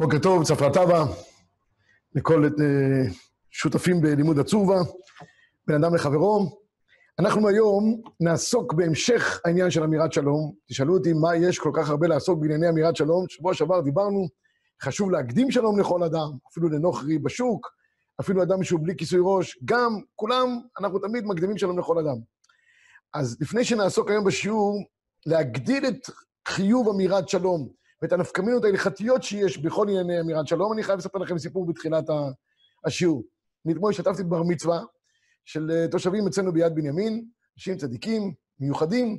בוקר טוב, צפרא טבא, לכל שותפים בלימוד הצורבה, בין אדם לחברו. אנחנו היום נעסוק בהמשך העניין של אמירת שלום. תשאלו אותי מה יש כל כך הרבה לעסוק בענייני אמירת שלום. שבוע שעבר דיברנו, חשוב להקדים שלום לכל אדם, אפילו לנוכרי בשוק, אפילו אדם שהוא בלי כיסוי ראש, גם כולם, אנחנו תמיד מקדימים שלום לכל אדם. אז לפני שנעסוק היום בשיעור, להגדיל את חיוב אמירת שלום, ואת הנפקמינות ההלכתיות שיש בכל ענייני אמירת שלום, אני חייב לספר לכם סיפור בתחילת השיעור. אני אתמול השתתפתי בבר מצווה של תושבים אצלנו ביד בנימין, אנשים צדיקים, מיוחדים,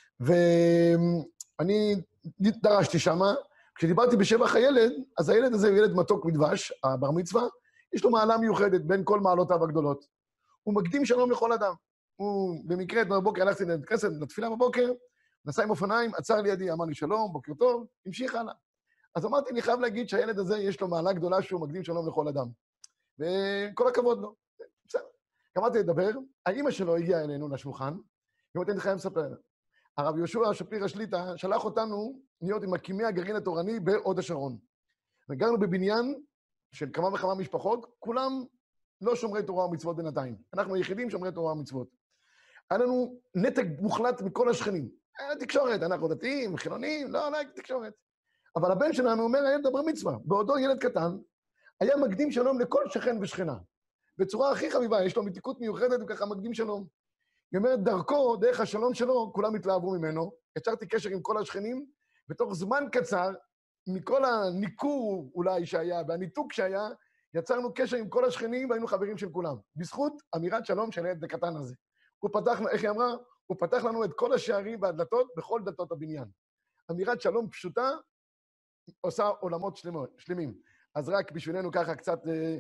ואני דרשתי שמה, כשדיברתי בשבח הילד, אז הילד הזה הוא ילד מתוק מדבש, הבר מצווה, יש לו מעלה מיוחדת בין כל מעלותיו הגדולות. הוא מקדים שלום לכל אדם. הוא במקרה בבוקר הלכתי לכנסת, לתפילה בבוקר, נסע עם אופניים, עצר לידי, אמר לי שלום, בוקר טוב, המשיך הלאה. אז אמרתי, אני חייב להגיד שהילד הזה יש לו מעלה גדולה שהוא מקדים שלום לכל אדם. וכל הכבוד לו. בסדר. גמרתי לדבר, האמא שלו הגיעה אלינו לשולחן, ואומרת, אני חייב לספר. הרב יהושע שפירא שליט"א שלח אותנו להיות עם מקימי הגרעין התורני בהוד השרון. וגרנו בבניין של כמה וכמה משפחות, כולם לא שומרי תורה ומצוות בינתיים. אנחנו היחידים שומרי תורה ומצוות. היה לנו נתק מוחלט מכל השכנים. היה תקשורת, אנחנו דתיים, חילונים, לא היה תקשורת. אבל הבן שלנו אומר, הילד הבר מצווה, בעודו ילד קטן, היה מקדים שלום לכל שכן ושכנה. בצורה הכי חביבה, יש לו מתיקות מיוחדת וככה מקדים שלום. היא אומרת, דרכו, דרך השלום שלו, כולם התלהבו ממנו, יצרתי קשר עם כל השכנים, בתוך זמן קצר, מכל הניכור אולי שהיה, והניתוק שהיה, יצרנו קשר עם כל השכנים והיינו חברים של כולם. בזכות אמירת שלום של הילד הקטן הזה. הוא פתח, איך היא אמרה? הוא פתח לנו את כל השערים והדלתות בכל דלתות הבניין. אמירת שלום פשוטה עושה עולמות שלמים. אז רק בשבילנו ככה קצת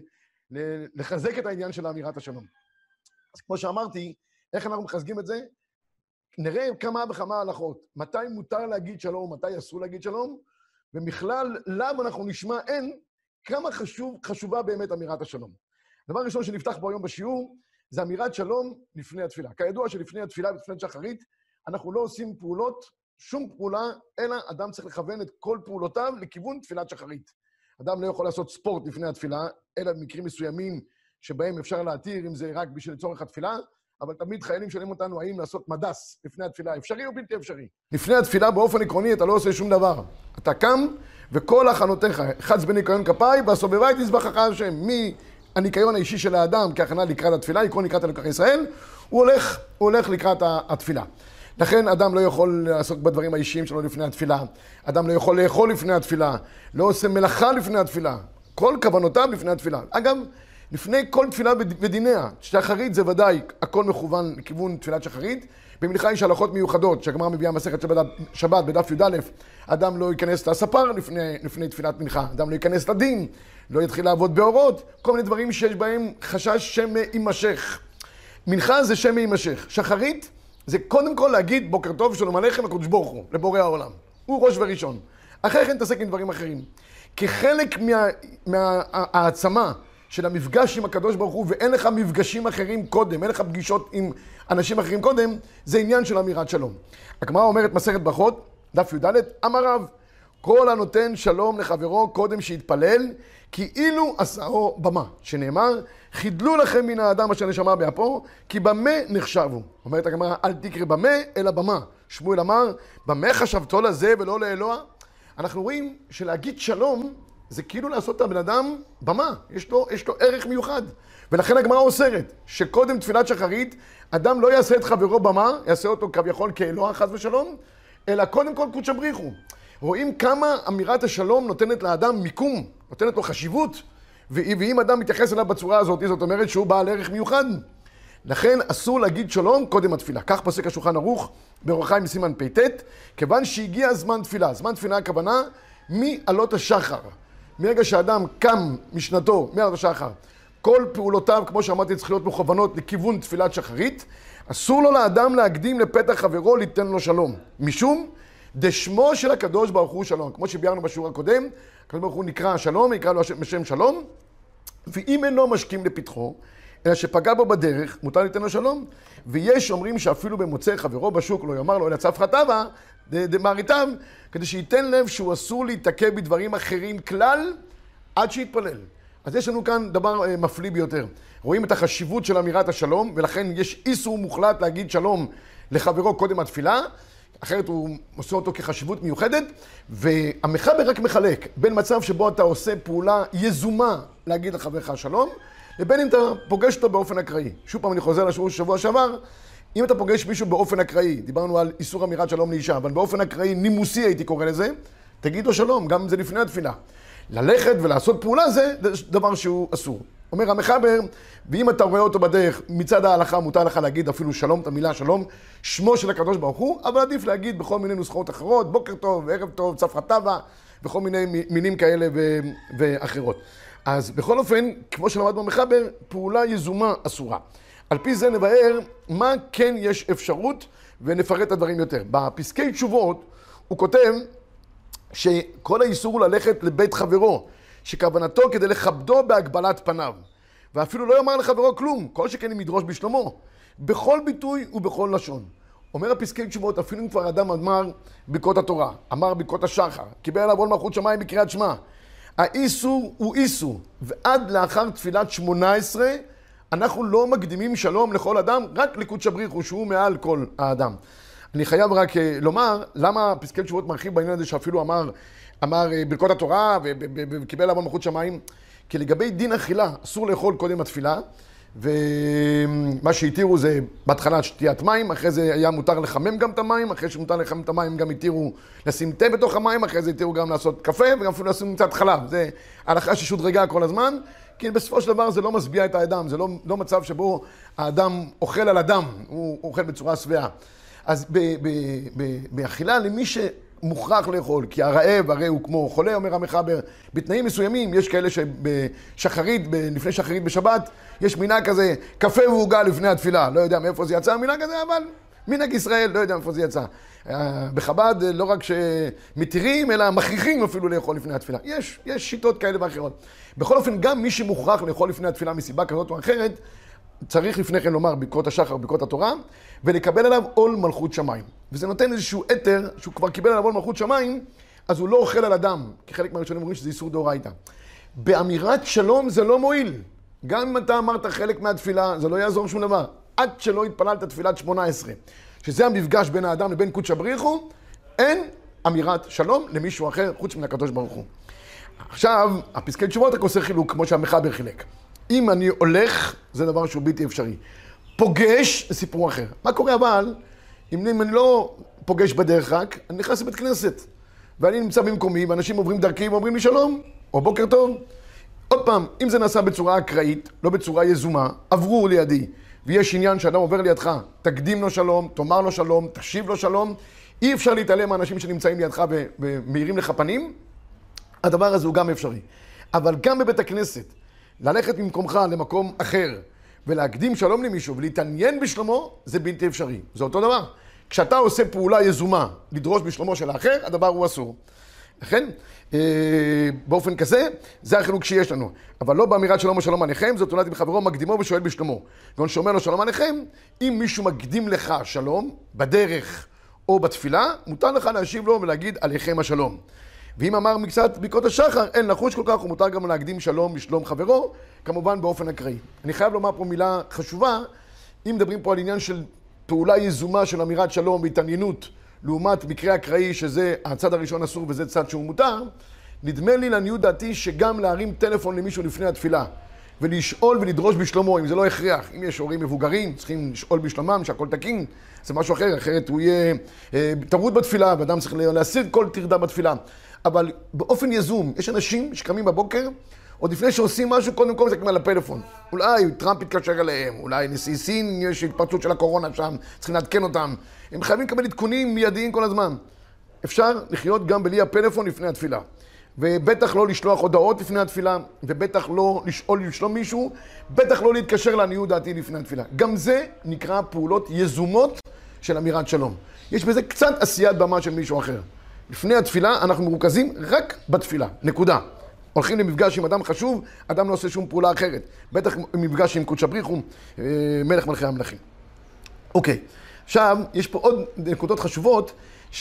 לחזק את העניין של אמירת השלום. אז כמו שאמרתי, איך אנחנו מחזקים את זה? נראה כמה וכמה הלכות. מתי מותר להגיד שלום, מתי אסור להגיד שלום, ומכלל למה אנחנו נשמע אין, כמה חשובה באמת אמירת השלום. דבר ראשון שנפתח בו היום בשיעור, זה אמירת שלום לפני התפילה. כידוע שלפני התפילה, לפני שחרית, אנחנו לא עושים פעולות, שום פעולה, אלא אדם צריך לכוון את כל פעולותיו לכיוון תפילת שחרית. אדם לא יכול לעשות ספורט לפני התפילה, אלא במקרים מסוימים שבהם אפשר להתיר, אם זה רק בשביל לצורך התפילה, אבל תמיד חיילים שואלים אותנו האם לעשות מדס לפני התפילה, אפשרי או בלתי אפשרי. לפני התפילה באופן עקרוני אתה לא עושה שום דבר. אתה קם וכל הכנותיך, חץ בניקיון כפיים, והסובבה את מזבחך השם, הניקיון האישי של האדם כהכנה לקראת התפילה, עקרון לקראת אלוקי ישראל, הוא הולך לקראת התפילה. לכן אדם לא יכול לעסוק בדברים האישיים שלו לפני התפילה, אדם לא יכול לאכול לפני התפילה, לא עושה מלאכה לפני התפילה, כל כוונותיו לפני התפילה. אגב, לפני כל תפילה ודיניה, שחרית זה ודאי, הכל מכוון לכיוון תפילת שחרית, במלאכה יש הלכות מיוחדות, שהגמרא מביאה מסכת שבת בדף י"א, אדם לא ייכנס לספר לפני תפילת מנחה, אדם לא ייכנס לדין, לא יתחיל לעבוד באורות, כל מיני דברים שיש בהם חשש שמא יימשך. מנחה זה שמא יימשך. שחרית זה קודם כל להגיד בוקר טוב שלום עליכם הקדוש ברוך הוא, לבורא העולם. הוא ראש וראשון. אחרי כן תעסק עם דברים אחרים. כחלק מהעצמה של המפגש עם הקדוש ברוך הוא, ואין לך מפגשים אחרים קודם, אין לך פגישות עם אנשים אחרים קודם, זה עניין של אמירת שלום. הגמרא אומרת מסכת ברכות, דף י"ד, אמר רב, כל הנותן שלום לחברו קודם שיתפלל, כאילו עשאו במה, שנאמר, חידלו לכם מן האדם אשר נשמה באפו, כי במה נחשבו. אומרת הגמרא, אל תקרא במה, אלא במה. שמואל אמר, במה חשבתו לזה ולא לאלוה? אנחנו רואים שלהגיד שלום, זה כאילו לעשות את הבן אדם במה, יש לו ערך מיוחד. ולכן הגמרא אוסרת, שקודם תפילת שחרית, אדם לא יעשה את חברו במה, יעשה אותו כביכול כאלוה חס ושלום, אלא קודם כל קודשא בריחו. רואים כמה אמירת השלום נותנת לאדם מיקום, נותנת לו חשיבות, ואם אדם מתייחס אליו בצורה הזאת, זאת אומרת שהוא בעל ערך מיוחד. לכן אסור להגיד שלום קודם התפילה. כך פוסק השולחן ערוך באור החיים סימן פ"ט, כיוון שהגיע זמן תפילה. זמן תפילה הכוונה מעלות השחר. מרגע שאדם קם משנתו, מעלות השחר, כל פעולותיו, כמו שאמרתי, צריכות להיות מכוונות לכיוון תפילת שחרית, אסור לו לאדם להקדים לפתח חברו ליתן לו שלום. משום דשמו של הקדוש ברוך הוא שלום. כמו שביארנו בשיעור הקודם, הקדוש ברוך הוא נקרא שלום, נקרא לו בשם שלום, ואם אינו משכים לפתחו, אלא שפגע בו בדרך, מותר ליתן לו שלום. ויש אומרים שאפילו במוצא חברו בשוק לא יאמר לו, אלא צפרא טבא, דמעריתיו, כדי שייתן לב שהוא אסור להתעכב בדברים אחרים כלל, עד שיתפלל. אז יש לנו כאן דבר מפליא ביותר. רואים את החשיבות של אמירת השלום, ולכן יש איסור מוחלט להגיד שלום לחברו קודם התפילה, אחרת הוא עושה אותו כחשיבות מיוחדת, והמחבר רק מחלק בין מצב שבו אתה עושה פעולה יזומה להגיד לחברך שלום, לבין אם אתה פוגש אותו באופן אקראי. שוב פעם אני חוזר לשיעור שבוע שעבר, אם אתה פוגש מישהו באופן אקראי, דיברנו על איסור אמירת שלום לאישה, אבל באופן אקראי נימוסי הייתי קורא לזה, תגיד לו שלום, גם אם זה לפני התפילה. ללכת ולעשות פעולה זה דבר שהוא אסור. אומר המחבר, ואם אתה רואה אותו בדרך, מצד ההלכה מותר לך להגיד אפילו שלום, את המילה שלום, שמו של הקדוש ברוך הוא, אבל עדיף להגיד בכל מיני נוסחאות אחרות, בוקר טוב, ערב טוב, צפרא טבא, וכל מיני מינים כאלה ואחרות. אז בכל אופן, כמו שלמד במחבר, פעולה יזומה אסורה. על פי זה נבהר מה כן יש אפשרות, ונפרט את הדברים יותר. בפסקי תשובות הוא כותב שכל האיסור הוא ללכת לבית חברו, שכוונתו כדי לכבדו בהגבלת פניו. ואפילו לא יאמר לחברו כלום, כל שכן אם ידרוש בשלומו, בכל ביטוי ובכל לשון. אומר הפסקי תשובות, אפילו אם כבר אדם אמר ברכות התורה, אמר ברכות השחר, קיבל עליו עול מלכות שמיים בקריאת שמע, האיסור הוא איסור, ועד לאחר תפילת 18, אנחנו לא מקדימים שלום לכל אדם, רק לקודש הבריך הוא שהוא מעל כל האדם. אני חייב רק לומר, למה פסקי תשובות מרחיב בעניין הזה שאפילו אמר ברכות התורה וקיבל עליו מלכות שמיים? כי לגבי דין אכילה, אסור לאכול קודם התפילה, ומה שהתירו זה בהתחלה שתיית מים, אחרי זה היה מותר לחמם גם את המים, אחרי שמותר לחמם את המים גם התירו לשים תה בתוך המים, אחרי זה התירו גם לעשות קפה וגם אפילו לשים קצת חלב. זה הלכה ששודרגה כל הזמן, כי בסופו של דבר זה לא משביע את האדם, זה לא מצב שבו האדם אוכל על אדם, הוא אוכל בצורה שבעה. אז באכילה למי שמוכרח לאכול, כי הרעב הרי הוא כמו חולה, אומר המחבר, בתנאים מסוימים, יש כאלה שבשחרית, לפני שחרית בשבת, יש מנהג כזה, קפה ועוגה לפני התפילה, לא יודע מאיפה זה יצא המנהג הזה, אבל מנהג ישראל, לא יודע מאיפה זה יצא. בחב"ד לא רק שמתירים, אלא מכריחים אפילו לאכול לפני התפילה. יש שיטות כאלה ואחרות. בכל אופן, גם מי שמוכרח לאכול לפני התפילה מסיבה כזאת או אחרת, צריך לפני כן לומר ברכות השחר וברכות התורה, ולקבל עליו עול מלכות שמיים. וזה נותן איזשהו אתר, שהוא כבר קיבל עליו עול מלכות שמיים, אז הוא לא אוכל על אדם, כי חלק מהראשונים אומרים שזה איסור דאורייתא. באמירת שלום זה לא מועיל. גם אם אתה אמרת חלק מהתפילה, זה לא יעזור שום דבר. עד שלא התפללת תפילת 18, שזה המפגש בין האדם לבין קודש הבריך הוא, אין אמירת שלום למישהו אחר חוץ מן הקדוש ברוך הוא. עכשיו, הפסקי תשובות רק עושה חילוק, כמו שהמחבר חילק. אם אני הולך, זה דבר שהוא בלתי אפשרי. פוגש, זה סיפור אחר. מה קורה אבל, אם אני לא פוגש בדרך רק, אני נכנס לבית כנסת, ואני נמצא במקומי, ואנשים עוברים דרכי ואומרים לי שלום, או בוקר טוב. עוד פעם, אם זה נעשה בצורה אקראית, לא בצורה יזומה, עברו לידי, ויש עניין שאדם עובר לידך, תקדים לו שלום, תאמר לו שלום, תשיב לו שלום, אי אפשר להתעלם מהאנשים שנמצאים לידך ומאירים לך פנים, הדבר הזה הוא גם אפשרי. אבל גם בבית הכנסת, ללכת ממקומך למקום אחר, ולהקדים שלום למישהו ולהתעניין בשלומו, זה בלתי אפשרי. זה אותו דבר. כשאתה עושה פעולה יזומה, לדרוש בשלומו של האחר, הדבר הוא אסור. לכן, באופן כזה, זה החילוק שיש לנו. אבל לא באמירת שלום או שלום עליכם, זאת אומרת, בחברו מקדימו ושואל בשלומו. ואני שאומר לו שלום עליכם, אם מישהו מקדים לך שלום, בדרך או בתפילה, מותר לך להשיב לו ולהגיד עליכם השלום. ואם אמר מקצת ברכות השחר, אין לחוש כל כך, ומותר גם להקדים שלום לשלום חברו, כמובן באופן אקראי. אני חייב לומר פה מילה חשובה, אם מדברים פה על עניין של פעולה יזומה של אמירת שלום והתעניינות, לעומת מקרה אקראי שזה הצד הראשון אסור וזה צד שהוא מותר, נדמה לי לעניות דעתי שגם להרים טלפון למישהו לפני התפילה, ולשאול ולדרוש בשלומו, אם זה לא הכרח, אם יש הורים מבוגרים, צריכים לשאול בשלומם, שהכל תקין, זה משהו אחר, אחרת הוא יהיה טרוד בתפילה, ואדם צריך להסיר כל טרדה בתפילה. אבל באופן יזום, יש אנשים שקמים בבוקר, עוד לפני שעושים משהו, קודם כל מסתכלים על הפלאפון. אולי טראמפ יתקשר אליהם, אולי נשיא סין, יש התפרצות של הקורונה שם, צריכים לעדכן אותם. הם חייבים לקבל עדכונים מיידיים כל הזמן. אפשר לחיות גם בלי הפלאפון לפני התפילה. ובטח לא לשלוח הודעות לפני התפילה, ובטח לא לשלום מישהו, בטח לא להתקשר לעניות דעתי לפני התפילה. גם זה נקרא פעולות יזומות של אמירת שלום. יש בזה קצת עשיית במה של מישהו אחר. לפני התפילה אנחנו מרוכזים רק בתפילה, נקודה. הולכים למפגש עם אדם חשוב, אדם לא עושה שום פעולה אחרת. בטח מפגש עם קודש הבריך הוא מלך מלכי המלכים. אוקיי, עכשיו, יש פה עוד נקודות חשובות,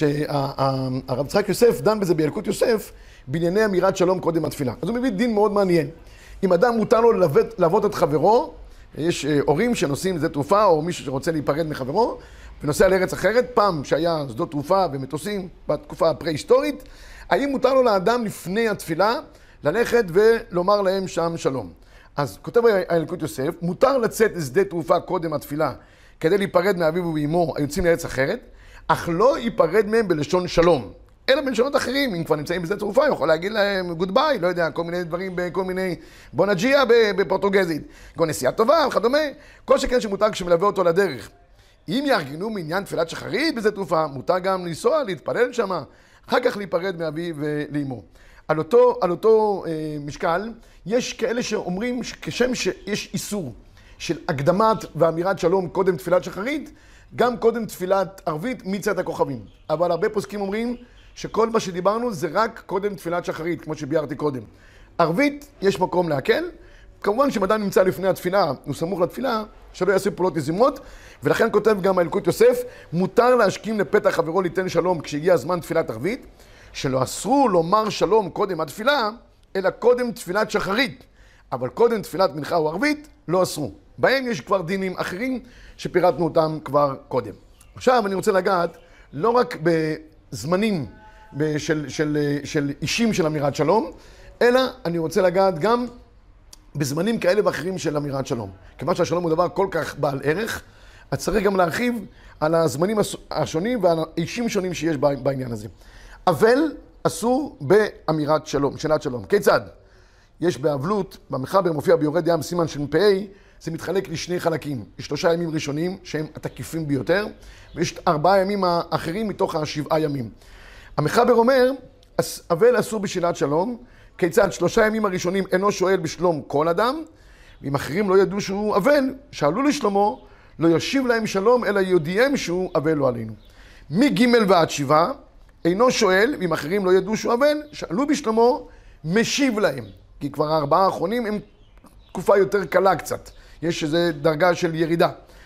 שהרב יצחק יוסף דן בזה בילקוט יוסף, בענייני אמירת שלום קודם התפילה. אז הוא מביא דין מאוד מעניין. אם אדם מותר לו ללוות את חברו, יש הורים שנוסעים שדה תעופה, או מישהו שרוצה להיפרד מחברו, ונוסע לארץ אחרת, פעם שהיה שדות תעופה ומטוסים בתקופה הפרה-היסטורית, האם מותר לו לאדם לפני התפילה ללכת ולומר להם שם שלום? אז כותב הילקוט יוסף, מותר לצאת לשדה תעופה קודם התפילה, כדי להיפרד מאביו ואמו היוצאים לארץ אחרת, אך לא ייפרד מהם בלשון שלום. אלא בלשונות אחרים, אם כבר נמצאים בשדה תעופה, יכול להגיד להם גודביי, לא יודע, כל מיני דברים, כל מיני בונג'יה בפורטוגזית, כל נסיעה טובה וכדומה, כל שכן שמותר כשמלווה אותו לדרך. אם יארגנו מעניין תפילת שחרית בשדה תעופה, מותר גם לנסוע, להתפלל שמה, אחר כך להיפרד מאביו ולאמו. על אותו משקל, יש כאלה שאומרים כשם שיש איסור של הקדמת ואמירת שלום קודם תפילת שחרית, גם קודם תפילת ערבית מצאת הכוכבים. אבל הרבה פוסקים אומרים שכל מה שדיברנו זה רק קודם תפילת שחרית, כמו שביארתי קודם. ערבית יש מקום להקל, כמובן שאם אדם נמצא לפני התפילה, הוא סמוך לתפילה, שלא יעשה פעולות יזומות, ולכן כותב גם הילקוט יוסף, מותר להשכים לפתח חברו ליתן שלום כשהגיע זמן תפילת ערבית, שלא אסרו לומר שלום קודם התפילה, אלא קודם תפילת שחרית. אבל קודם תפילת מנחה או ערבית לא אסרו. בהם יש כבר דינים אחרים שפירטנו אותם כבר קודם. עכשיו אני רוצה לגעת לא רק בזמנים של אישים של אמירת שלום, אלא אני רוצה לגעת גם בזמנים כאלה ואחרים של אמירת שלום. כיוון שהשלום הוא דבר כל כך בעל ערך, אז צריך גם להרחיב על הזמנים השונים ועל האישים שונים שיש בעניין הזה. אבל אסור באמירת שלום, שאלת שלום. כיצד? יש באבלות, במחבר מופיע ביורד ים סימן של פ"א, זה מתחלק לשני חלקים. יש 3 ימים ראשונים שהם התקיפים ביותר, ויש 4 ימים האחרים מתוך 7 ימים. המחבר אומר, אבל אסור בשאלת שלום, כיצד 3 ימים הראשונים אינו שואל בשלום כל אדם, ואם אחרים לא ידעו שהוא אבל, שאלו לשלומו, לא ישיב להם שלום, אלא יודיעם שהוא אבל לא עלינו. מג' ועד 7, אינו שואל, ואם אחרים לא ידעו שהוא אבל, שאלו בשלומו, משיב להם. כי כבר 4 האחרונים הם תקופה יותר קלה קצת. יש איזו דרגה של ירידה.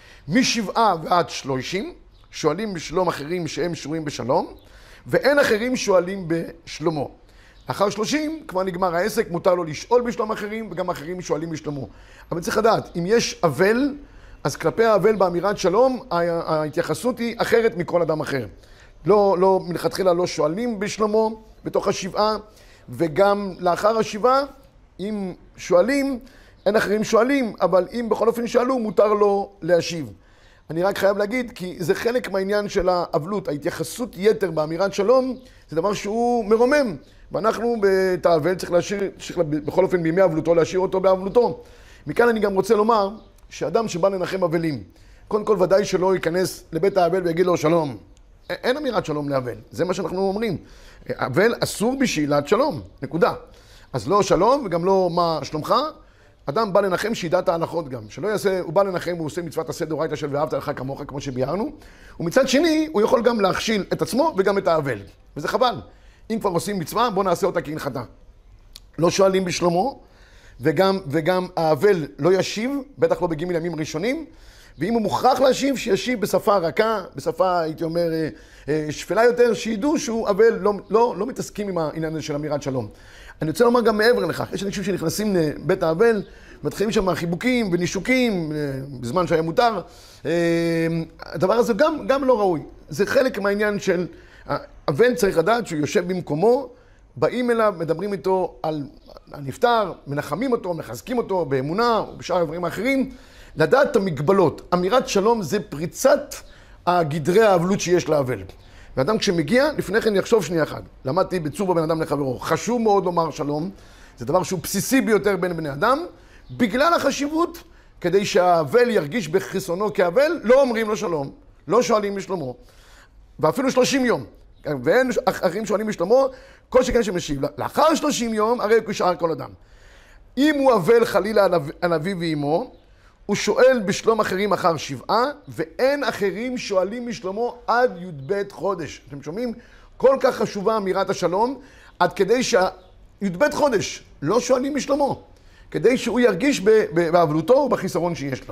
מ7 ועד 30, שואלים בשלום אחרים שהם שרויים בשלום, ואין אחרים שואלים בשלומו. לאחר 30 כבר נגמר העסק, מותר לו לשאול בשלום אחרים, וגם אחרים שואלים בשלומו. אבל צריך לדעת, אם יש אבל, אז כלפי האבל באמירת שלום, ההתייחסות היא אחרת מכל אדם אחר. מלכתחילה לא שואלים בשלומו בתוך 7, וגם לאחר 7, אם שואלים, אין אחרים שואלים, אבל אם בכל אופן שאלו, מותר לו להשיב. אני רק חייב להגיד, כי זה חלק מהעניין של האבלות. ההתייחסות יתר באמירת שלום, זה דבר שהוא מרומם. ואנחנו בתאבל צריך בכל אופן בימי אבלותו, להשאיר אותו באבלותו. מכאן אני גם רוצה לומר, שאדם שבא לנחם אבלים, קודם כל ודאי שלא ייכנס לבית האבל ויגיד לו שלום. אין אמירת שלום לאבל, זה מה שאנחנו אומרים. אבל אסור בשאלת שלום, נקודה. אז לא שלום וגם לא מה שלומך. אדם בא לנחם שידע את ההלכות גם. שלא יעשה, הוא בא לנחם, הוא עושה מצוות עשה דאורייתא של ואהבת לך כמוך, כמו שביארנו. ומצד שני, הוא יכול גם להכשיל את עצמו וגם את האבל. וזה חבל. אם כבר עושים מצווה, בוא נעשה אותה כהלכתה. לא שואלים בשלומו, וגם האבל לא ישיב, בטח לא בג' ימים ראשונים. ואם הוא מוכרח להשיב, שישיב בשפה רכה, בשפה, הייתי אומר, שפלה יותר, שידעו שהוא אבל, לא מתעסקים עם העניין הזה של אמירת שלום. אני רוצה לומר גם מעבר לכך, יש אנשים שנכנסים לבית האבל, מתחילים שם חיבוקים ונישוקים, בזמן שהיה מותר. הדבר הזה גם לא ראוי. זה חלק מהעניין של, האבל צריך לדעת שהוא יושב במקומו, באים אליו, מדברים איתו על הנפטר, מנחמים אותו, מחזקים אותו באמונה, או בשאר הדברים האחרים, לדעת את המגבלות. אמירת שלום זה פריצת גדרי האבלות שיש לאבל. ואדם כשמגיע, לפני כן יחשוב שנייה אחד. למדתי בצור בבן אדם לחברו. חשוב מאוד לומר שלום. זה דבר שהוא בסיסי ביותר בין בני אדם. בגלל החשיבות, כדי שהאבל ירגיש בחסרונו כאבל, לא אומרים לו שלום. לא שואלים בשלומו. ואפילו 30 יום. ואין אחרים שואלים בשלומו, כל שכן שמשיב. לאחר 30 יום, הרי הוא שאר כל אדם. אם הוא אבל חלילה על אביו ואמו, הוא שואל בשלום אחרים אחר 7, ואין אחרים שואלים בשלומו עד י"ב חודש. אתם שומעים? כל כך חשובה אמירת השלום, עד כדי שי"ב חודש לא שואלים בשלומו, כדי שהוא ירגיש באבלותו ובחיסרון שיש לו.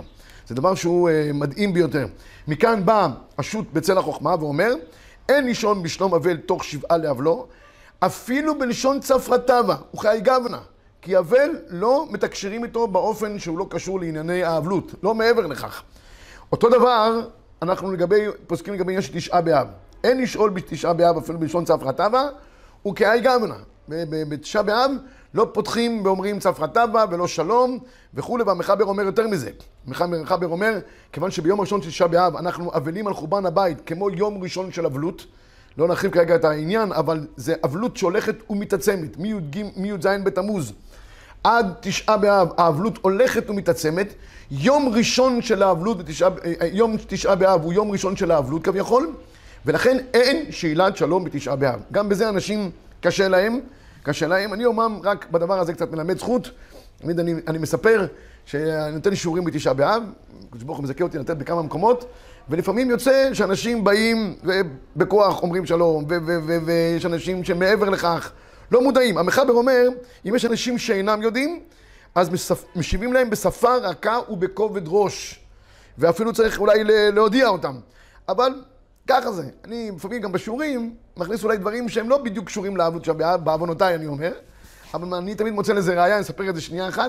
זה דבר שהוא מדהים ביותר. מכאן בא השו"ת בצל החוכמה ואומר, אין לישון בשלום אבל תוך 7 לאבלו, אפילו בלשון צפרתבה, הוא חיי גוונה. כי אבל לא מתקשרים איתו באופן שהוא לא קשור לענייני האבלות, לא מעבר לכך. אותו דבר, אנחנו פוסקים לגבי עניין של 9 באב. אין לשאול ב9 באב אפילו בלשון צפרתבה, הוא כהי גוונה. ב9 באב לא פותחים ואומרים צפרתבה ולא שלום וכו', והמחבר אומר יותר מזה. המחבר אומר, כיוון שביום הראשון של 9 באב אנחנו אבלים על חורבן הבית כמו יום ראשון של אבלות, לא נרחיב כרגע את העניין, אבל זה אבלות שהולכת ומתעצמת, מי"ז בתמוז עד 9 באב, האבלות הולכת ומתעצמת. יום ראשון של האבלות, יום 9 באב הוא יום ראשון של האבלות כביכול, ולכן אין שאלת שלום ב9 באב. גם בזה אנשים קשה להם. אני אומר רק בדבר הזה קצת מלמד זכות. אני מספר שאני נותן שיעורים ב9 באב, הקדוש ברוך הוא מזכה אותי לתת בכמה מקומות, ולפעמים יוצא שאנשים באים ובכוח אומרים שלום, ויש אנשים שמעבר לכך לא מודעים. המחבר אומר, אם יש אנשים שאינם יודעים, אז משיבים להם בשפה רכה ובכובד ראש, ואפילו צריך אולי להודיע אותם. אבל ככה זה. אני לפעמים גם בשיעורים מכניס אולי דברים שהם לא בדיוק קשורים לאבלות שבאב, בעוונותיי אני אומר, אבל אני תמיד מוצא לזה ראייה, אני אספר את זה שנייה אחת.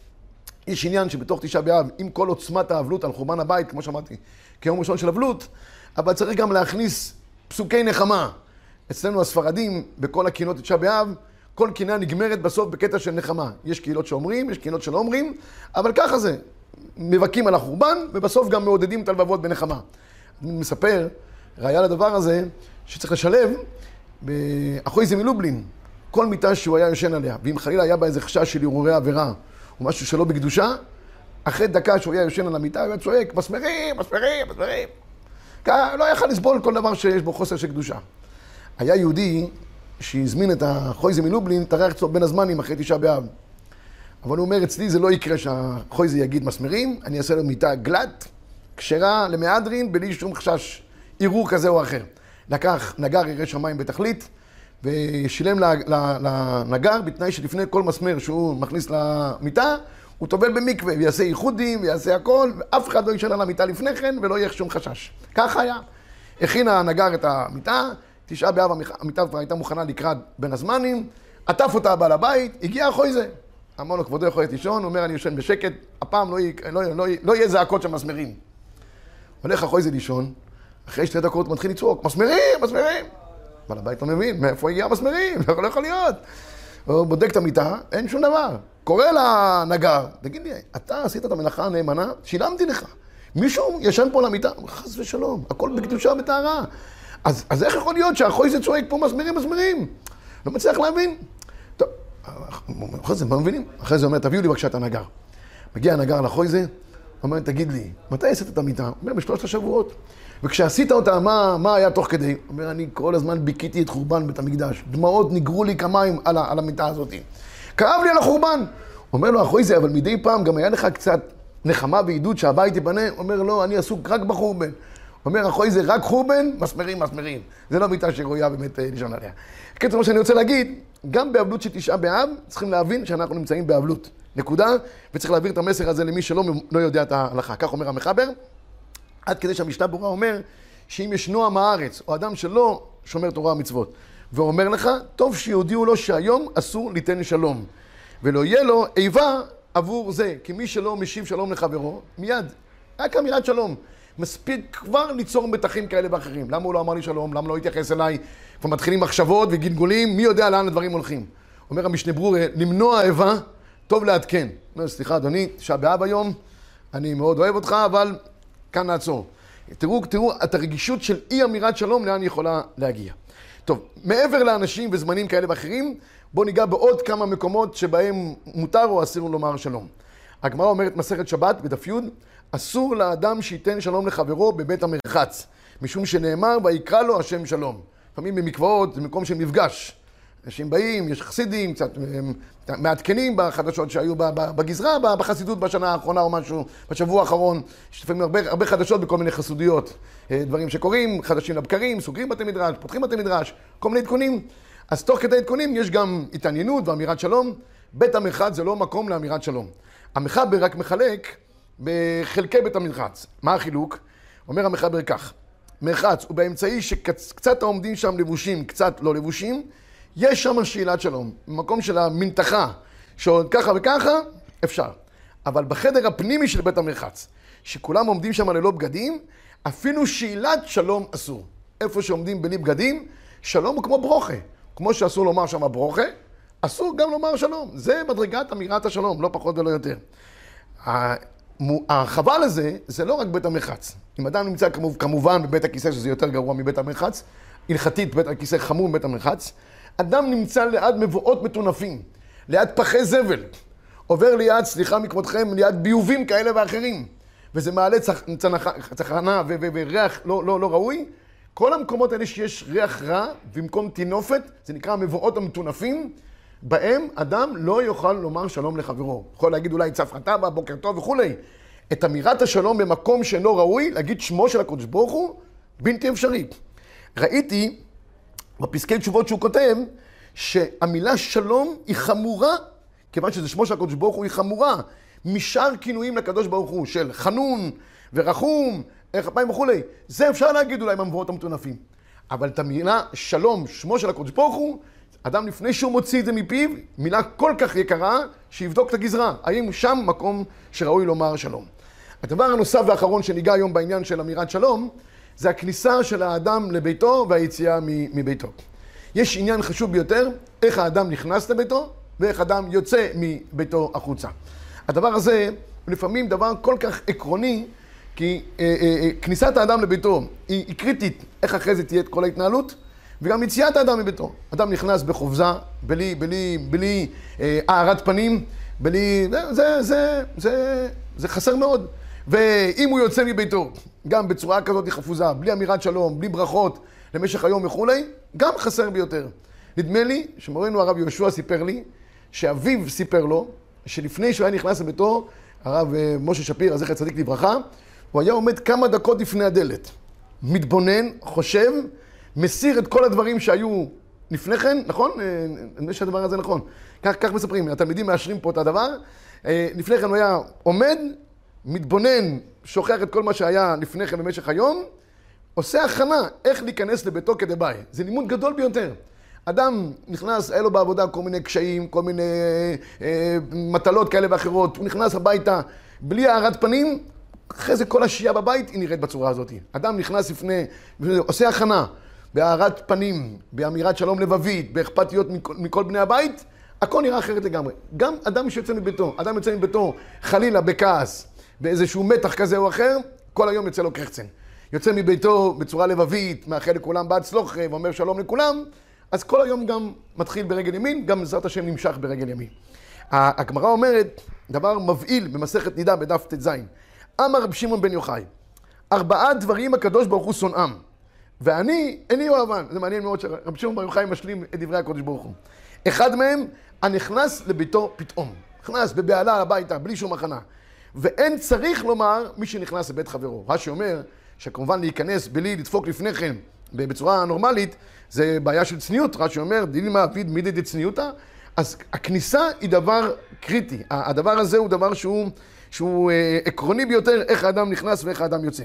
יש עניין שבתוך 9 באב, עם כל עוצמת האבלות על חורבן הבית, כמו שאמרתי, כיום ראשון של אבלות, אבל צריך גם להכניס פסוקי נחמה. אצלנו הספרדים, בכל הקהילות 9 באב, כל קהילה נגמרת בסוף בקטע של נחמה. יש קהילות שאומרים, יש קהילות שלא אומרים, אבל ככה זה. מבכים על החורבן, ובסוף גם מעודדים את הלבבות בנחמה. אני מספר, ראיה לדבר הזה, שצריך לשלב באחויזי מלובלין, כל מיטה שהוא היה יושן עליה, ואם חלילה היה בה איזה חשש של הרהורי עבירה, או משהו שלא בקדושה, אחרי דקה שהוא היה יושן על המיטה, הוא היה צועק, מסמרים. לא יכל לסבול כל דבר שיש בו חוסר של קדושה. היה יהודי שהזמין את החויזי מלובלין, תארח אצלו בין הזמנים אחרי 9 באב. אבל הוא אומר, אצלי זה לא יקרה שהחויזי יגיד מסמרים, אני אעשה לו מיטה גלת, כשרה למהדרין, בלי שום חשש ערעור כזה או אחר. לקח נגר ירא שמיים בתכלית, ושילם לנגר בתנאי שלפני כל מסמר שהוא מכניס למיטה, הוא טובל במקווה, ויעשה ייחודים, ויעשה הכל, ואף אחד לא יישן על המיטה לפני כן, ולא יהיה שום חשש. ככה היה. הכין הנגר את המיטה, 9 באב המיטה כבר הייתה מוכנה לקראת בין הזמנים, עטף אותה בעל הבית, הגיע החויזי. אמר לו, כבודו יכול להיות לישון, הוא אומר, אני יושן בשקט, הפעם לא יהיה זעקות של מסמרים. הולך החויזי לישון, אחרי 2 דקות מתחיל לצעוק, מסמרים! בעל הבית לא מבין, מאיפה הגיע המסמרים? לא יכול להיות. הוא בודק את המיטה, אין שום דבר. קורא לנגר, תגיד לי, אתה עשית את המלאכה הנאמנה? שילמתי לך. מישהו ישן פה למיטה? חס ושלום, הכל בקדושה ובטהרה. אז איך יכול להיות שהחויזי צועק פה מסמרים? לא מצליח להבין. טוב, אחרי זה, מה מבינים? אחרי זה אומר, תביאו לי בבקשה את הנגר. מגיע הנגר לחויזי, אומר, תגיד לי, מתי עשית את המיטה? אומר, ב3 השבועות. וכשעשית אותה, מה היה תוך כדי? אומר, אני כל הזמן ביקיתי את חורבן בית המקדש. דמעות ניגרו לי כמים על המיטה הזאת. כאב לי על החורבן. אומר לו, החויזי, אבל מדי פעם גם היה לך קצת נחמה ועידוד שהבית ייבנה. אומר, לא, אני עסוק רק בחורבן. אומר, החויזי, רק חורבן, מסמרים. זה לא מיטה שראויה באמת לישון עליה. כתוב מה שאני רוצה להגיד, גם באבלות של 9 באב, צריכים להבין שאנחנו נמצאים באבלות. נקודה, וצריך להעביר את המסר הזה למי שלא יודע את ההלכה. כך אומר המחבר. עד כדי שהמשנה ברורה אומר שאם ישנו עם הארץ, או אדם שלא שומר תורה ומצוות, ואומר לך, טוב שיודיעו לו שהיום אסור ליתן שלום, ולא יהיה לו איבה עבור זה, כי מי שלא משיב שלום לחברו, מיד, רק אמירת שלום, מספיק כבר ליצור מתחים כאלה ואחרים. למה הוא לא אמר לי שלום? למה לא התייחס אליי? כבר מתחילים מחשבות וגלגולים, מי יודע לאן הדברים הולכים? אומר המשנה ברורה, למנוע איבה, טוב לעדכן. אומר, סליחה אדוני, 9 באב היום, אני מאוד אוהב אותך, אבל כאן נעצור. תראו את הרגישות של אי אמירת שלום, לאן היא יכולה להגיע. טוב, מעבר לאנשים וזמנים כאלה ואחרים, בואו ניגע בעוד כמה מקומות שבהם מותר או אסור לומר שלום. הגמרא אומרת מסכת שבת בדף י', אסור לאדם שייתן שלום לחברו בבית המרחץ, משום שנאמר ויקרא לו השם שלום. לפעמים במקוואות זה מקום של מפגש. אנשים באים, יש חסידים, קצת מעדכנים בחדשות שהיו בגזרה, בחסידות בשנה האחרונה או משהו, בשבוע האחרון. יש לפעמים הרבה חדשות בכל מיני חסודיות. דברים שקורים, חדשים לבקרים, סוגרים בתי מדרש, פותחים בתי מדרש, כל מיני עדכונים. אז תוך כדי עדכונים יש גם התעניינות ואמירת שלום. בית המרחץ זה לא מקום לאמירת שלום. המחבר רק מחלק בחלקי בית המרחץ. מה החילוק? אומר המחבר כך, מרחץ הוא באמצעי שקצת העומדים שם לבושים, קצת לא לבושים, יש שם שאלת שלום. במקום של המנתחה, שעוד ככה וככה, אפשר. אבל בחדר הפנימי של בית המרחץ, שכולם עומדים שם ללא בגדים, אפילו שאלת שלום אסור. איפה שעומדים בלי בגדים, שלום הוא כמו ברוכה. כמו שאסור לומר שם ברוכה, אסור גם לומר שלום. זה מדרגת אמירת השלום, לא פחות ולא יותר. החבל הזה, זה לא רק בית המרחץ. אם אדם נמצא כמובן בבית הכיסא, שזה יותר גרוע מבית המרחץ, הלכתית בית הכיסא חמור מבית המרחץ, אדם נמצא ליד מבואות מטונפים, ליד פחי זבל, עובר ליד, סליחה מכבודכם, ליד ביובים כאלה ואחרים, וזה מעלה צחנה וריח לא ראוי. כל המקומות האלה שיש ריח רע, במקום תינופת, זה נקרא המבואות המטונפים, בהם אדם לא יוכל לומר שלום לחברו. יכול להגיד אולי צפחתה בה, בוקר טוב וכולי. את אמירת השלום במקום שאינו ראוי, להגיד שמו של הקדוש ברוך הוא, בלתי אפשרי. ראיתי בפסקי תשובות שהוא כותב, שהמילה שלום היא חמורה, כיוון שזה שמו של הקדוש ברוך הוא, היא חמורה, משאר כינויים לקדוש ברוך הוא, של חנון ורחום, כפיים וכולי. זה אפשר להגיד אולי במבואות המטונפים. אבל את המילה שלום, שמו של הקדוש ברוך הוא, אדם לפני שהוא מוציא את זה מפיו, מילה כל כך יקרה, שיבדוק את הגזרה. האם שם מקום שראוי לומר שלום. הדבר הנוסף והאחרון שניגע היום בעניין של אמירת שלום, זה הכניסה של האדם לביתו והיציאה מביתו. יש עניין חשוב ביותר, איך האדם נכנס לביתו, ואיך האדם יוצא מביתו החוצה. הדבר הזה הוא לפעמים דבר כל כך עקרוני, כי כניסת האדם לביתו היא קריטית, איך אחרי זה תהיה את כל ההתנהלות, וגם יציאת האדם מביתו. אדם נכנס בחופזה, בלי הערת פנים, זה חסר מאוד. ואם הוא יוצא מביתו, גם בצורה כזאת חפוזה, בלי אמירת שלום, בלי ברכות למשך היום וכולי, גם חסר ביותר. נדמה לי שמורנו הרב יהושע סיפר לי, שאביו סיפר לו, שלפני שהוא היה נכנס לביתו, הרב משה שפיר, זכר צדיק לברכה, הוא היה עומד כמה דקות לפני הדלת. מתבונן, חושב, מסיר את כל הדברים שהיו לפני כן, נכון? אני חושב שהדבר הזה נכון. כך מספרים, התלמידים מאשרים פה את הדבר. לפני כן הוא היה עומד, מתבונן, שוכח את כל מה שהיה לפני כן במשך היום, עושה הכנה איך להיכנס לביתו כדבעי. זה לימוד גדול ביותר. אדם נכנס, היה לו בעבודה כל מיני קשיים, כל מיני מטלות כאלה ואחרות, הוא נכנס הביתה בלי הערת פנים, אחרי זה כל השהייה בבית היא נראית בצורה הזאת. אדם נכנס לפני, עושה הכנה, בהערת פנים, באמירת שלום לבבית, באכפתיות מכל בני הבית, הכל נראה אחרת לגמרי. גם אדם שיוצא מביתו, אדם יוצא מביתו חלילה בכעס, באיזשהו מתח כזה או אחר, כל היום יוצא לו קרחצן. יוצא מביתו בצורה לבבית, מאחל לכולם בהצלחה ואומר שלום לכולם, אז כל היום גם מתחיל ברגל ימין, גם בעזרת השם נמשך ברגל ימין. הגמרא אומרת, דבר מבהיל במסכת נידה בדף ט"ז, אמר רב שמעון בן יוחאי, 4 דברים הקדוש ברוך הוא שונאם, ואני איני אוהבן. זה מעניין מאוד שרב שמעון בן יוחאי משלים את דברי הקדוש ברוך הוא. אחד מהם, הנכנס לביתו פתאום. נכנס בבהלה הביתה, בלי שום הכנה. ואין צריך לומר מי שנכנס לבית חברו. רש"י אומר שכמובן להיכנס בלי לדפוק לפני כן בצורה נורמלית, זה בעיה של צניעות. רש"י אומר, דילמה אביד מידי דצניעותא. אז הכניסה היא דבר קריטי. הדבר הזה הוא דבר שהוא עקרוני ביותר, איך האדם נכנס ואיך האדם יוצא.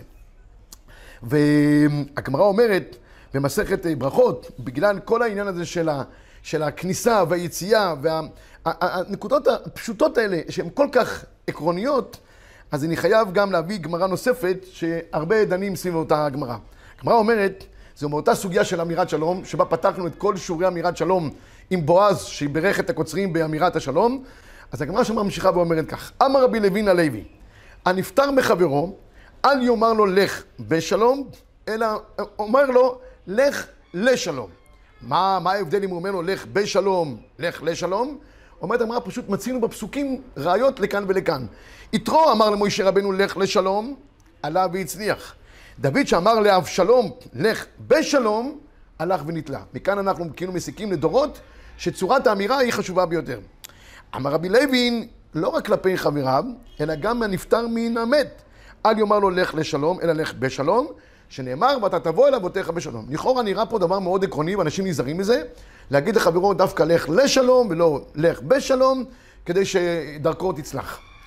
והגמרא אומרת במסכת ברכות, בגלל כל העניין הזה של הכניסה והיציאה והנקודות הפשוטות האלה שהן כל כך עקרוניות, אז אני חייב גם להביא גמרא נוספת שהרבה דנים סביב אותה הגמרא. הגמרא אומרת, זו מאותה סוגיה של אמירת שלום, שבה פתחנו את כל שיעורי אמירת שלום עם בועז שיברך את הקוצרים באמירת השלום. אז הגמרא שם ממשיכה ואומרת כך, אמר רבי לוין הלוי, הנפטר מחברו, אל יאמר לו לך בשלום, אלא אומר לו לך לשלום. מה ההבדל אם הוא אומר לו לך בשלום, לך לשלום? אומרת הגמרא, פשוט מצינו בפסוקים ראיות לכאן ולכאן. יתרו אמר למשה רבנו לך לשלום, עלה והצליח. דוד שאמר לאבשלום לך בשלום, הלך ונתלה. מכאן אנחנו כאילו מסיקים לדורות שצורת האמירה היא חשובה ביותר. אמר רבי לוין, לא רק כלפי חבריו, אלא גם מהנפטר מן המת. אל יאמר לו לך לשלום, אלא לך בשלום, שנאמר, ואתה תבוא אל אבותיך בשלום. לכאורה נראה פה דבר מאוד עקרוני, ואנשים נזהרים מזה, להגיד לחברו דווקא לך לשלום, ולא לך בשלום, כדי שדרכו תצלח.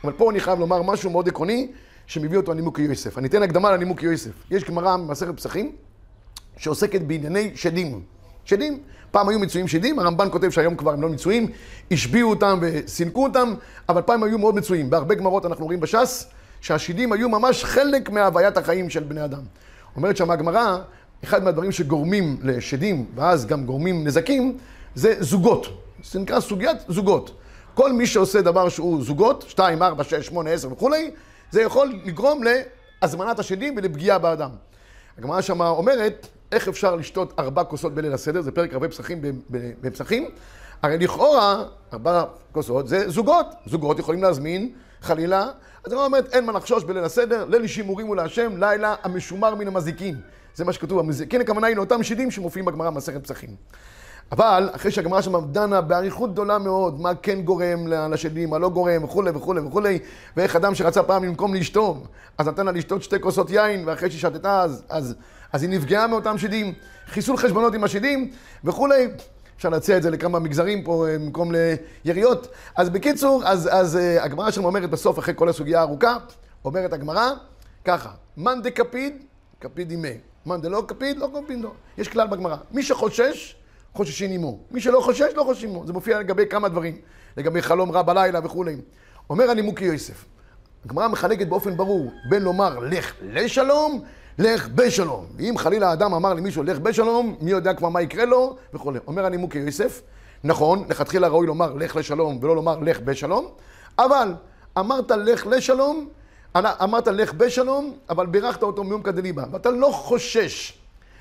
אבל פה אני חייב לומר משהו מאוד עקרוני, שמביא אותו הנימוק יוסף. אני אתן הקדמה לנימוק יוסף. יש גמרא במסכת פסחים, שעוסקת בענייני שדים. שדים, פעם היו מצויים שדים, הרמב"ן כותב שהיום כבר הם לא מצויים, השביעו אותם וסינקו אותם, אבל פעם היו מאוד מצויים. בהרבה גמרות אנחנו רואים בש"ס, שהשדים היו ממש חלק מהוויית החיים של בני אדם. אומרת שם הגמרא, אחד מהדברים שגורמים לשדים, ואז גם גורמים נזקים, זה זוגות. זה נקרא סוגיית זוגות. כל מי שעושה דבר שהוא זוגות, 2, 4, 6, 8, 10 וכולי, זה יכול לגרום להזמנת השדים ולפגיעה באדם. הגמרא שם אומרת, איך אפשר לשתות 4 כוסות בליל הסדר, זה פרק הרבה פסחים בפסחים, הרי לכאורה 4 כוסות זה זוגות, זוגות יכולים להזמין חלילה, אז הגמרא אומרת, אין מה לחשוש בליל הסדר, ליל שימורים הוא להשם, לילה המשומר מן המזיקים. זה מה שכתוב, המזיקים הכוונה היא לאותם שדים שמופיעים בגמרא במסכת פסחים. אבל אחרי שהגמרא שם דנה באריכות גדולה מאוד, מה כן גורם לשדים, מה לא גורם, וכולי וכולי וכולי, ואיך אדם שרצה פעם במקום לשתות, אז נתן לה לשתות 2 כוסות יין, ואחרי שהיא שתתה אז היא נפגעה מאותם שדים, חיסול חשבונות עם השדים וכולי. אפשר להציע את זה לכמה מגזרים פה במקום ליריות. אז בקיצור, אז הגמרא שם אומרת בסוף, אחרי כל הסוגיה הארוכה, אומרת הגמרא ככה, מאן דקפיד, קפיד עימי. מאן דלא קפיד, לא קפיד לא. יש כלל בגמרא, מי שחושש, חוששים עמו. מי שלא חושש, לא חוששים עמו. זה מופיע לגבי כמה דברים, לגבי חלום רע בלילה וכולי. אומר הנימוק יוסף, הגמרא מחלקת באופן ברור בין לומר לך לשלום, לך בשלום. ואם חלילה האדם אמר למישהו לך בשלום, מי יודע כבר מה יקרה לו וכולי. אומר הנימוק יוסף, נכון, לכתחילה ראוי לומר לך לשלום ולא לומר לך בשלום, אבל אמרת לך לשלום, אמרת לך בשלום, אבל בירכת אותו מיום כדליבה, ואתה לא חושש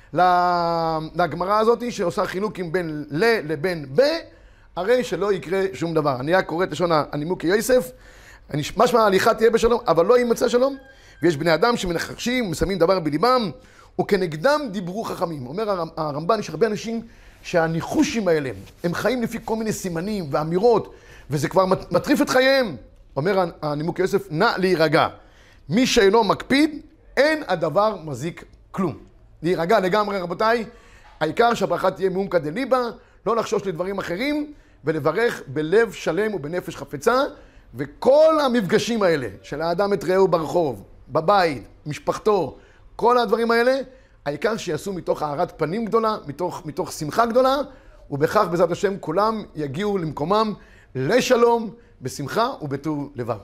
לגמרא הזאת שעושה חילוקים בין לבין הרי שלא יקרה שום דבר. אני רק קורא את לשון הנימוק יוסף, משמע ההליכה תהיה בשלום, אבל לא יימצא שלום. ויש בני אדם שמנחשים, מסיימים דבר בליבם, וכנגדם דיברו חכמים. אומר הרמב"ן, יש הרבה אנשים שהניחושים האלה, הם חיים לפי כל מיני סימנים ואמירות, וזה כבר מטריף את חייהם. אומר הנימוק יוסף, נא להירגע. מי שאינו מקפיד, אין הדבר מזיק כלום. להירגע לגמרי רבותיי, העיקר שהברכה תהיה מעומקא דליבא, לא לחשוש לדברים אחרים, ולברך בלב שלם ובנפש חפצה, וכל המפגשים האלה של האדם את רעהו ברחוב, בבית, משפחתו, כל הדברים האלה, העיקר שיעשו מתוך הארת פנים גדולה, מתוך שמחה גדולה, ובכך בעזרת השם כולם יגיעו למקומם לשלום, בשמחה ובטוב לבב.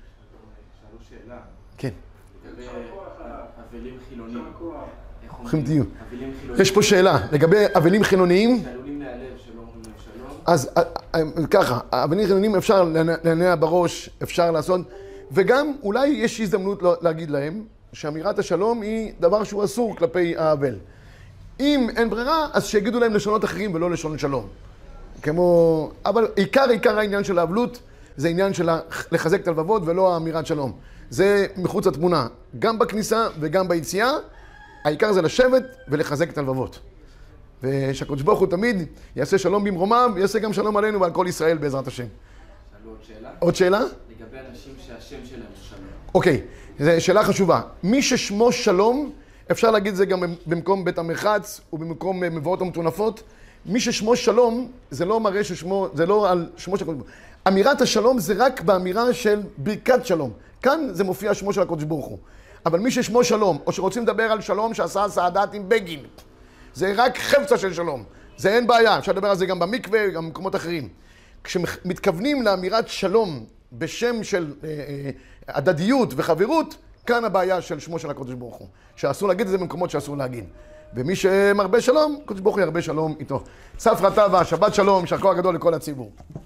שאלו שאלה. כן. לגבי אבלים חילונים. הולכים תהיו. יש פה שאלה, לגבי אבלים חילוניים. שעלולים להיעלב שלא אומרים להם שלום. אז ככה, אבלים חילוניים אפשר להניע בראש, אפשר לעשות, וגם אולי יש הזדמנות להגיד להם שאמירת השלום היא דבר שהוא אסור כלפי האבל. אם אין ברירה, אז שיגידו להם לשונות אחרים ולא לשון שלום. כמו, אבל עיקר העניין של האבלות זה עניין של לחזק את הלבבות ולא האמירת שלום. זה מחוץ לתמונה, גם בכניסה וגם ביציאה, העיקר זה לשבת ולחזק את הלבבות. ושהקדוש ברוך הוא תמיד יעשה שלום במרומיו, ויעשה גם שלום עלינו ועל כל ישראל בעזרת השם. שאלו עוד שאלה? עוד שאלה? לגבי אנשים שהשם שלהם הוא שלום. אוקיי, זו שאלה חשובה. מי ששמו שלום, אפשר להגיד את זה גם במקום בית המרחץ ובמקום מבואות המטונפות, מי ששמו שלום, זה לא מראה ששמו, זה לא על שמו של הקדוש ברוך הוא. אמירת השלום זה רק באמירה של ברכת שלום. כאן זה מופיע שמו של הקדוש ברוך הוא. אבל מי ששמו שלום, או שרוצים לדבר על שלום שעשה סעדת עם בגין, זה רק חפצה של שלום. זה אין בעיה, אפשר לדבר על זה גם במקווה, גם במקומות אחרים. כשמתכוונים לאמירת שלום בשם של הדדיות וחברות, כאן הבעיה של שמו של הקדוש ברוך הוא. שאסור להגיד את זה במקומות שאסור להגיד. ומי שמרבה שלום, הקדוש ברוך הוא ירבה שלום איתו. צפרא טבא, שבת שלום, יישר כוח גדול לכל הציבור.